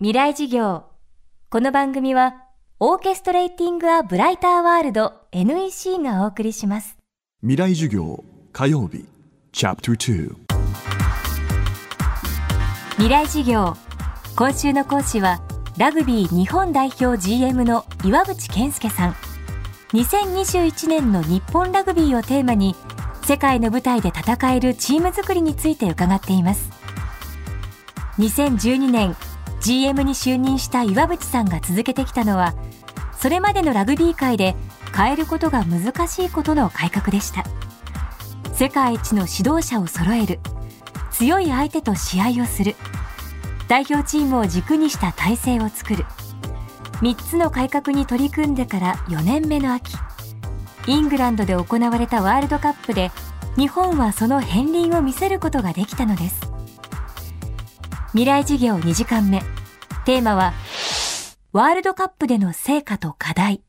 未来事業。この番組はオーケストレーティング・ア・ブライター・ワールド NEC がお送りします。 未来事業火曜日チャプター2。 未来事業。今週の講師はラグビー日本代表 GM の岩渕健介さん。2021年の日本ラグビーをテーマに世界の舞台で戦えるチーム作りについて伺っています。2012年 GM に就任した岩渕さんが続けてきたのは、それまでのラグビー界で変えることが難しいことの改革でした。世界一の指導者を揃える、強い相手と試合をする、代表チームを軸にした体制を作る、3つの改革に取り組んでから4年目の秋、イングランドで行われたワールドカップで日本はその片鱗を見せることができたのです。未来事業2時間目、テーマはワールドカップでの成果と課題。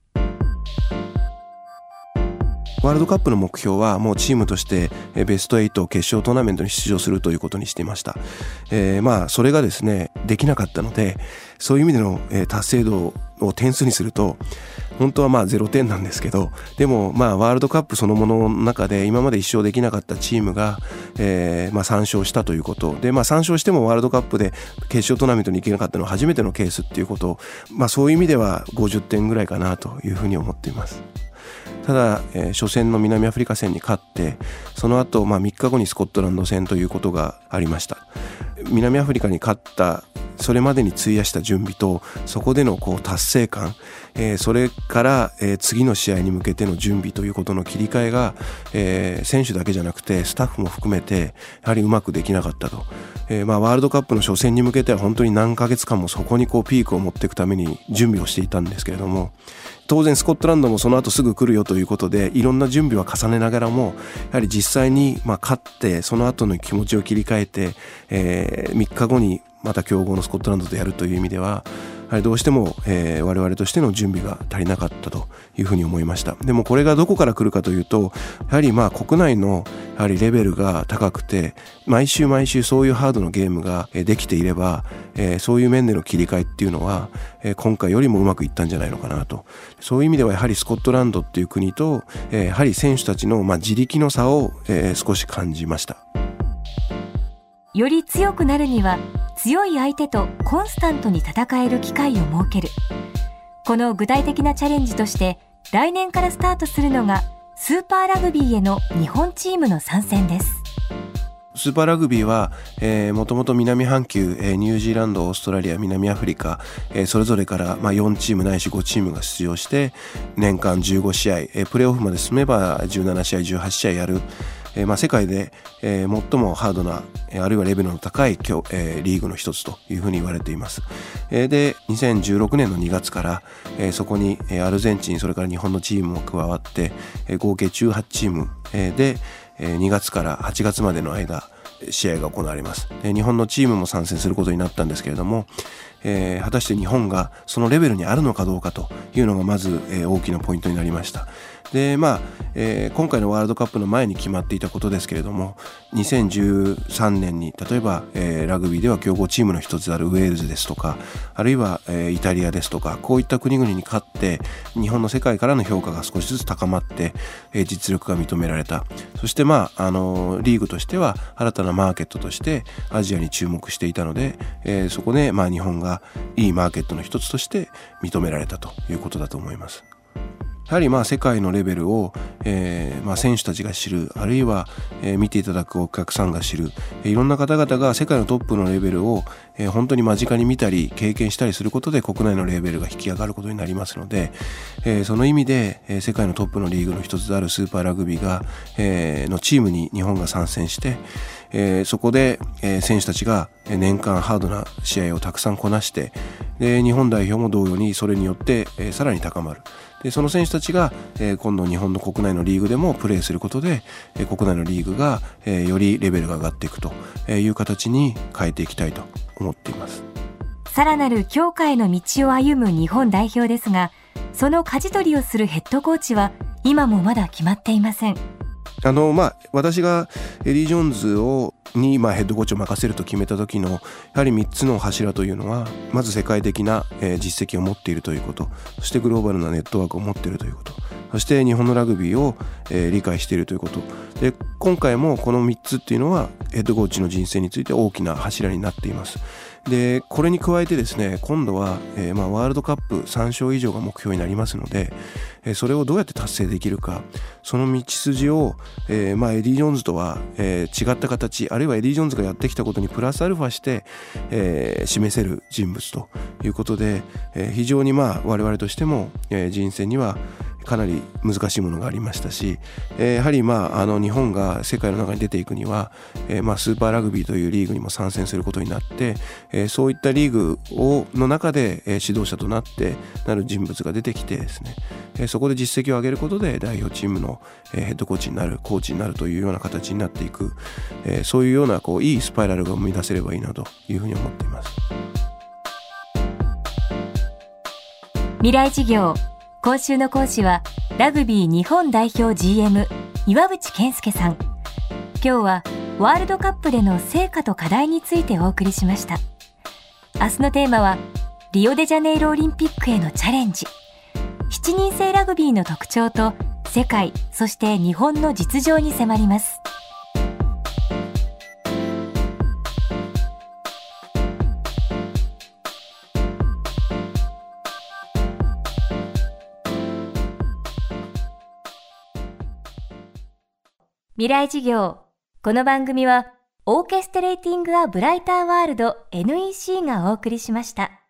ワールドカップの目標はもうチームとしてベスト8決勝トーナメントに出場するということにしていました。それがですねできなかったので、そういう意味での達成度を点数にすると本当は0点なんですけど、でもワールドカップそのものの中で今まで1勝できなかったチームが3勝したということで、3勝してもワールドカップで決勝トーナメントに行けなかったのは初めてのケースっていうことを、そういう意味では50点ぐらいかなというふうに思っています。ただ、初戦の南アフリカ戦に勝って、その後、3日後にスコットランド戦ということがありました。南アフリカに勝ったそれまでに費やした準備と、そこでの達成感、それから、次の試合に向けての準備ということの切り替えが、選手だけじゃなくてスタッフも含めてやはりうまくできなかったと。ワールドカップの初戦に向けては本当に何ヶ月間もそこにピークを持っていくために準備をしていたんですけれども、当然スコットランドもその後すぐ来るよということでいろんな準備は重ねながらも、やはり実際に勝ってその後の気持ちを切り替えて、3日後にまた強豪のスコットランドとやるという意味では、やはりどうしても、我々としての準備が足りなかったというふうに思いました。でもこれがどこから来るかというと、やはり国内のやはりレベルが高くて、毎週毎週そういうハードのゲームができていれば、そういう面での切り替えっていうのは、今回よりもうまくいったんじゃないのかなと。そういう意味ではやはりスコットランドっていう国と、やはり選手たちの自力の差を、少し感じました。 より強くなるには強い相手とコンスタントに戦える機会を設ける。この具体的なチャレンジとして来年からスタートするのがスーパーラグビーへの日本チームの参戦です。 スーパーラグビーはもともと南半球、ニュージーランド、オーストラリア、南アフリカ、それぞれから4チームないし5チームが出場して年間15試合、プレーオフまで進めば17試合18試合やる、世界で、最もハードなあるいはレベルの高いリーグの一つというふうに言われています。で2016年の2月から、そこにアルゼンチンそれから日本のチームも加わって、合計18チーム、で2月から8月までの間試合が行われます。日本のチームも参戦することになったんですけれども、果たして日本がそのレベルにあるのかどうかというのがまず、大きなポイントになりました。で今回のワールドカップの前に決まっていたことですけれども、2013年に例えば、ラグビーでは強豪チームの一つであるウェールズですとか、あるいは、イタリアですとか、こういった国々に勝って日本の世界からの評価が少しずつ高まって、実力が認められた。そしてリーグとしては新たなマーケットとしてアジアに注目していたので、そこで日本がいいマーケットの一つとして認められたということだと思います。やはり世界のレベルを、選手たちが知る、あるいは、見ていただくお客さんが知る、いろんな方々が世界のトップのレベルを、本当に間近に見たり経験したりすることで国内のレベルが引き上がることになりますので、その意味で、世界のトップのリーグの一つであるスーパーラグビーが、のチームに日本が参戦して、そこで、選手たちが年間ハードな試合をたくさんこなして、で日本代表も同様にそれによって、さらに高まる。でその選手たちが、今度日本の国内のリーグでもプレーすることで、国内のリーグが、よりレベルが上がっていくという形に変えていきたいと思っています。 さらなる強化への道を歩む日本代表ですが、その舵取りをするヘッドコーチは今もまだ決まっていません。 私がエディ・ジョーンズにヘッドコーチを任せると決めた時のやはり3つの柱というのは、まず世界的な実績を持っているということ、そしてグローバルなネットワークを持っているということ、そして日本のラグビーを理解しているということで、今回もこの3つっていうのはヘッドコーチの人生について大きな柱になっています。でこれに加えてですね、今度は、ワールドカップ3勝以上が目標になりますので、それをどうやって達成できるか、その道筋を、エディ・ジョーンズとは、違った形、あるいはエディ・ジョーンズがやってきたことにプラスアルファして、示せる人物ということで、非常に我々としても、人生にはかなり難しいものがありましたし、やはり日本が世界の中に出ていくには、スーパーラグビーというリーグにも参戦することになって、そういったリーグの中で、指導者となってなる人物が出てきてですね、そこで実績を上げることで代表チームの、ヘッドコーチになる、コーチになるというような形になっていく、そういうようないいスパイラルが生み出せればいいなというふうに思っています。 未来事業、今週の講師はラグビー日本代表 GM 岩渕健介さん。今日はワールドカップでの成果と課題についてお送りしました。明日のテーマはリオデジャネイロオリンピックへのチャレンジ。7人制ラグビーの特徴と世界、そして日本の実情に迫ります。未来事業。この番組はオーケストレーティング・ア・ブライター・ワールド NEC がお送りしました。